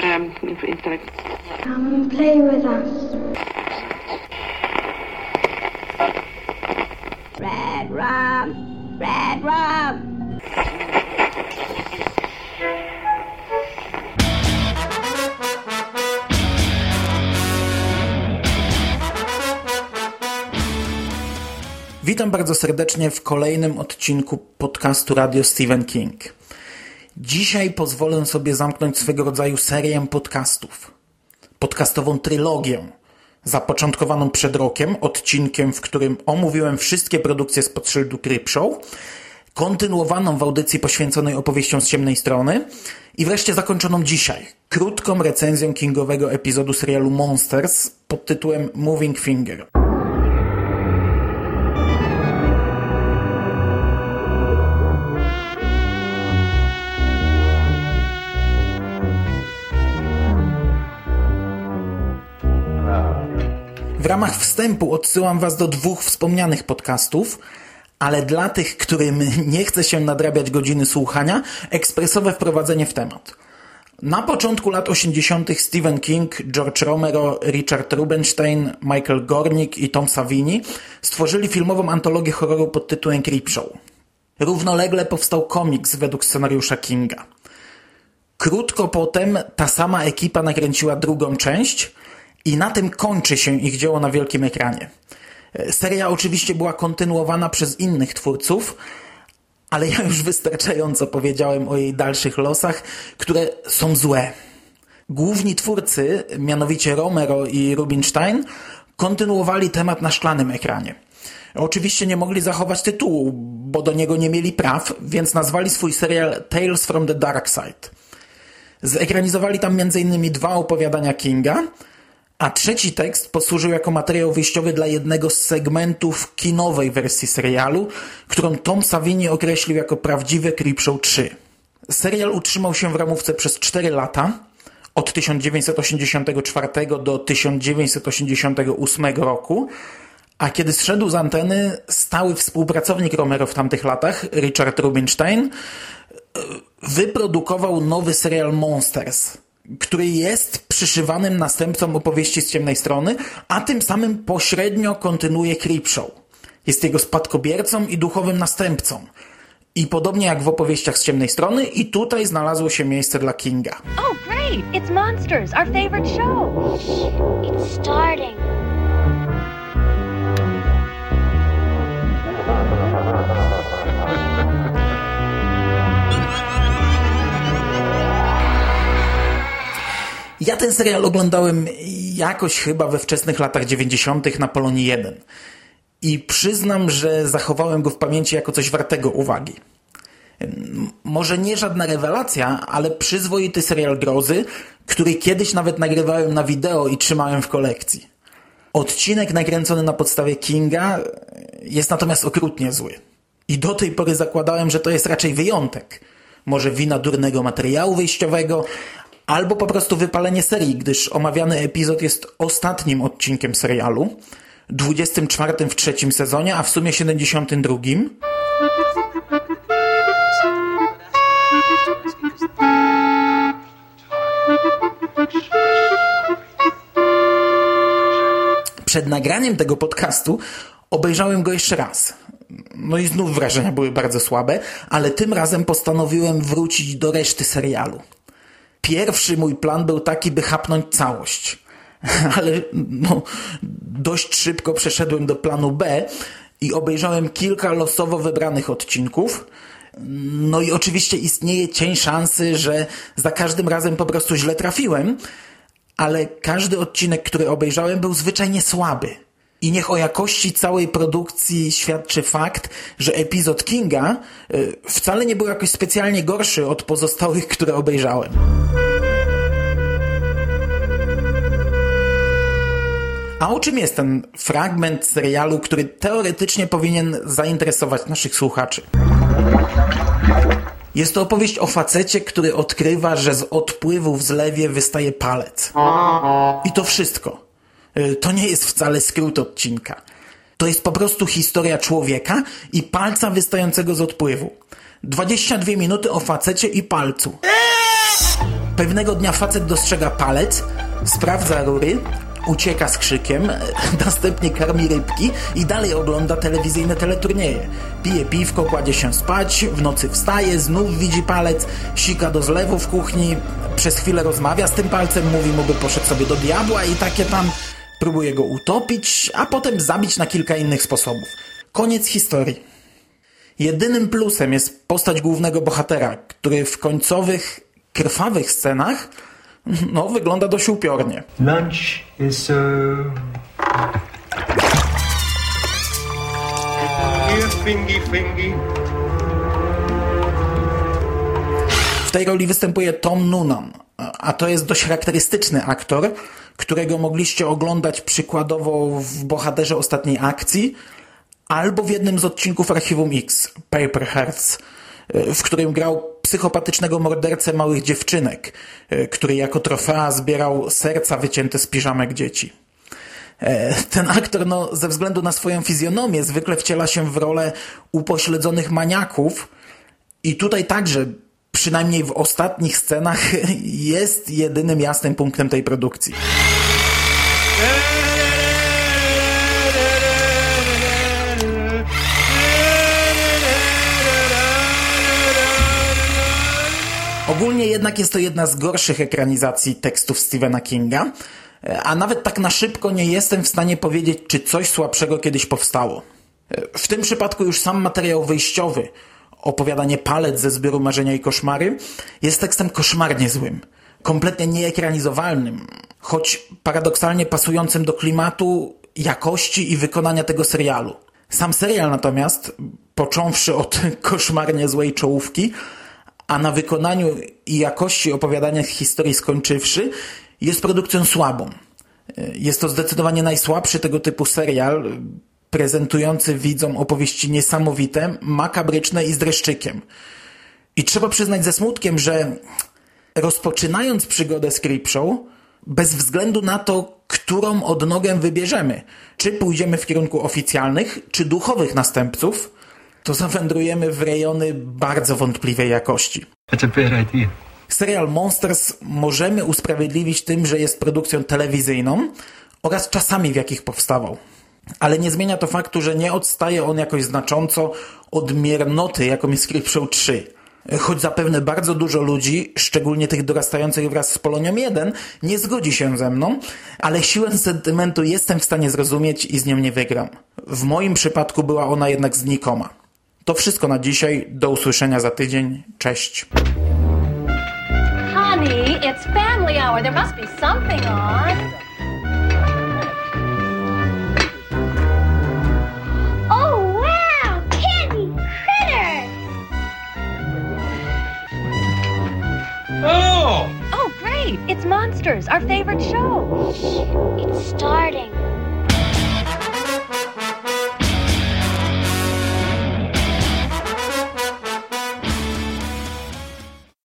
Come and play with us. Red rum, red rum. Witam bardzo serdecznie w kolejnym odcinku podcastu Radio Stephen King. Dzisiaj pozwolę sobie zamknąć swego rodzaju serię podcastów. Podcastową trylogię, zapoczątkowaną przed rokiem, odcinkiem, w którym omówiłem wszystkie produkcje spod szyldu Creepshow, kontynuowaną w audycji poświęconej opowieściom z ciemnej strony i wreszcie zakończoną dzisiaj, krótką recenzją kingowego epizodu serialu Monsters pod tytułem Moving Finger. W ramach wstępu odsyłam Was do 2 wspomnianych podcastów, ale dla tych, którym nie chce się nadrabiać godziny słuchania, ekspresowe wprowadzenie w temat. Na początku lat 80. Stephen King, George Romero, Richard Rubinstein, Michael Gornick i Tom Savini stworzyli filmową antologię horroru pod tytułem Creepshow. Równolegle powstał komiks według scenariusza Kinga. Krótko potem ta sama ekipa nakręciła drugą część i na tym kończy się ich dzieło na wielkim ekranie. Seria oczywiście była kontynuowana przez innych twórców, ale ja już wystarczająco powiedziałem o jej dalszych losach, które są złe. Główni twórcy, mianowicie Romero i Rubinstein, kontynuowali temat na szklanym ekranie. Oczywiście nie mogli zachować tytułu, bo do niego nie mieli praw, więc nazwali swój serial Tales from the Dark Side. Zekranizowali tam m.in. 2 opowiadania Kinga, a trzeci tekst posłużył jako materiał wyjściowy dla jednego z segmentów kinowej wersji serialu, którą Tom Savini określił jako prawdziwe Creepshow 3. Serial utrzymał się w ramówce przez 4 lata, od 1984 do 1988 roku, a kiedy zszedł z anteny, stały współpracownik Romero w tamtych latach, Richard Rubinstein, wyprodukował nowy serial Monsters, który jest przyszywanym następcą opowieści z ciemnej strony, a tym samym pośrednio kontynuuje Creepshow. Jest jego spadkobiercą i duchowym następcą. I podobnie jak w opowieściach z ciemnej strony, i tutaj znalazło się miejsce dla Kinga. Oh, great! It's Monsters, our favorite show. It's starting. Ja ten serial oglądałem jakoś chyba we wczesnych latach 90. na Polonii 1 i przyznam, że zachowałem go w pamięci jako coś wartego uwagi. Może nie żadna rewelacja, ale przyzwoity serial grozy, który kiedyś nawet nagrywałem na wideo i trzymałem w kolekcji. Odcinek nakręcony na podstawie Kinga jest natomiast okrutnie zły. I do tej pory zakładałem, że to jest raczej wyjątek. Może wina durnego materiału wyjściowego, albo po prostu wypalenie serii, gdyż omawiany epizod jest ostatnim odcinkiem serialu, 24 w 3 sezonie, a w sumie 72. Przed nagraniem tego podcastu obejrzałem go jeszcze raz. No i znów wrażenia były bardzo słabe, ale tym razem postanowiłem wrócić do reszty serialu. Pierwszy mój plan był taki, by chapnąć całość, ale dość szybko przeszedłem do planu B i obejrzałem kilka losowo wybranych odcinków. No i oczywiście istnieje cień szansy, że za każdym razem po prostu źle trafiłem, ale każdy odcinek, który obejrzałem, był zwyczajnie słaby. I niech o jakości całej produkcji świadczy fakt, że epizod Kinga wcale nie był jakoś specjalnie gorszy od pozostałych, które obejrzałem. A o czym jest ten fragment serialu, który teoretycznie powinien zainteresować naszych słuchaczy? Jest to opowieść o facecie, który odkrywa, że z odpływu w zlewie wystaje palec. I to wszystko. To nie jest wcale skrót odcinka. To jest po prostu historia człowieka i palca wystającego z odpływu. 22 minuty o facecie i palcu. Pewnego dnia facet dostrzega palec, sprawdza rury, ucieka z krzykiem, następnie karmi rybki i dalej ogląda telewizyjne teleturnieje. Pije piwko, kładzie się spać, w nocy wstaje, znów widzi palec, sika do zlewu w kuchni, przez chwilę rozmawia z tym palcem, mówi mu, by poszedł sobie do diabła i takie tam, próbuje go utopić, a potem zabić na kilka innych sposobów. Koniec historii. Jedynym plusem jest postać głównego bohatera, który w końcowych, krwawych scenach wygląda dość upiornie. Lunch is here, fingy. W tej roli występuje Tom Noonan, a to jest dość charakterystyczny aktor, którego mogliście oglądać przykładowo w Bohaterze Ostatniej Akcji albo w jednym z odcinków Archiwum X, Paper Hearts, w którym grał psychopatycznego mordercę małych dziewczynek, który jako trofea zbierał serca wycięte z piżamek dzieci. Ten aktor, ze względu na swoją fizjonomię, zwykle wciela się w rolę upośledzonych maniaków i tutaj także, przynajmniej w ostatnich scenach, jest jedynym jasnym punktem tej produkcji. Ogólnie jednak jest to jedna z gorszych ekranizacji tekstów Stephena Kinga, a nawet tak na szybko nie jestem w stanie powiedzieć, czy coś słabszego kiedyś powstało. W tym przypadku już sam materiał wyjściowy, opowiadanie Palec ze zbioru Marzenia i Koszmary, jest tekstem koszmarnie złym, kompletnie nieekranizowalnym, choć paradoksalnie pasującym do klimatu, jakości i wykonania tego serialu. Sam serial natomiast, począwszy od koszmarnie złej czołówki, a na wykonaniu i jakości opowiadania historii skończywszy, jest produkcją słabą. Jest to zdecydowanie najsłabszy tego typu serial, prezentujący widzom opowieści niesamowite, makabryczne i z dreszczykiem. I trzeba przyznać ze smutkiem, że rozpoczynając przygodę z Creepshow, bez względu na to, którą odnogę wybierzemy, czy pójdziemy w kierunku oficjalnych, czy duchowych następców, to zawędrujemy w rejony bardzo wątpliwej jakości. That's a bad idea. Serial Monsters możemy usprawiedliwić tym, że jest produkcją telewizyjną oraz czasami, w jakich powstawał. Ale nie zmienia to faktu, że nie odstaje on jakoś znacząco od miernoty, jaką jest Creepshow 3. Choć zapewne bardzo dużo ludzi, szczególnie tych dorastających wraz z Polonią 1, nie zgodzi się ze mną, ale siłę sentymentu jestem w stanie zrozumieć i z nią nie wygram. W moim przypadku była ona jednak znikoma. To wszystko na dzisiaj. Do usłyszenia za tydzień. Cześć. Honey, it's family hour. There must be something on. Oh, wow! Candy critters! Oh! Oh, great. It's Monsters, our favorite show. It's starting.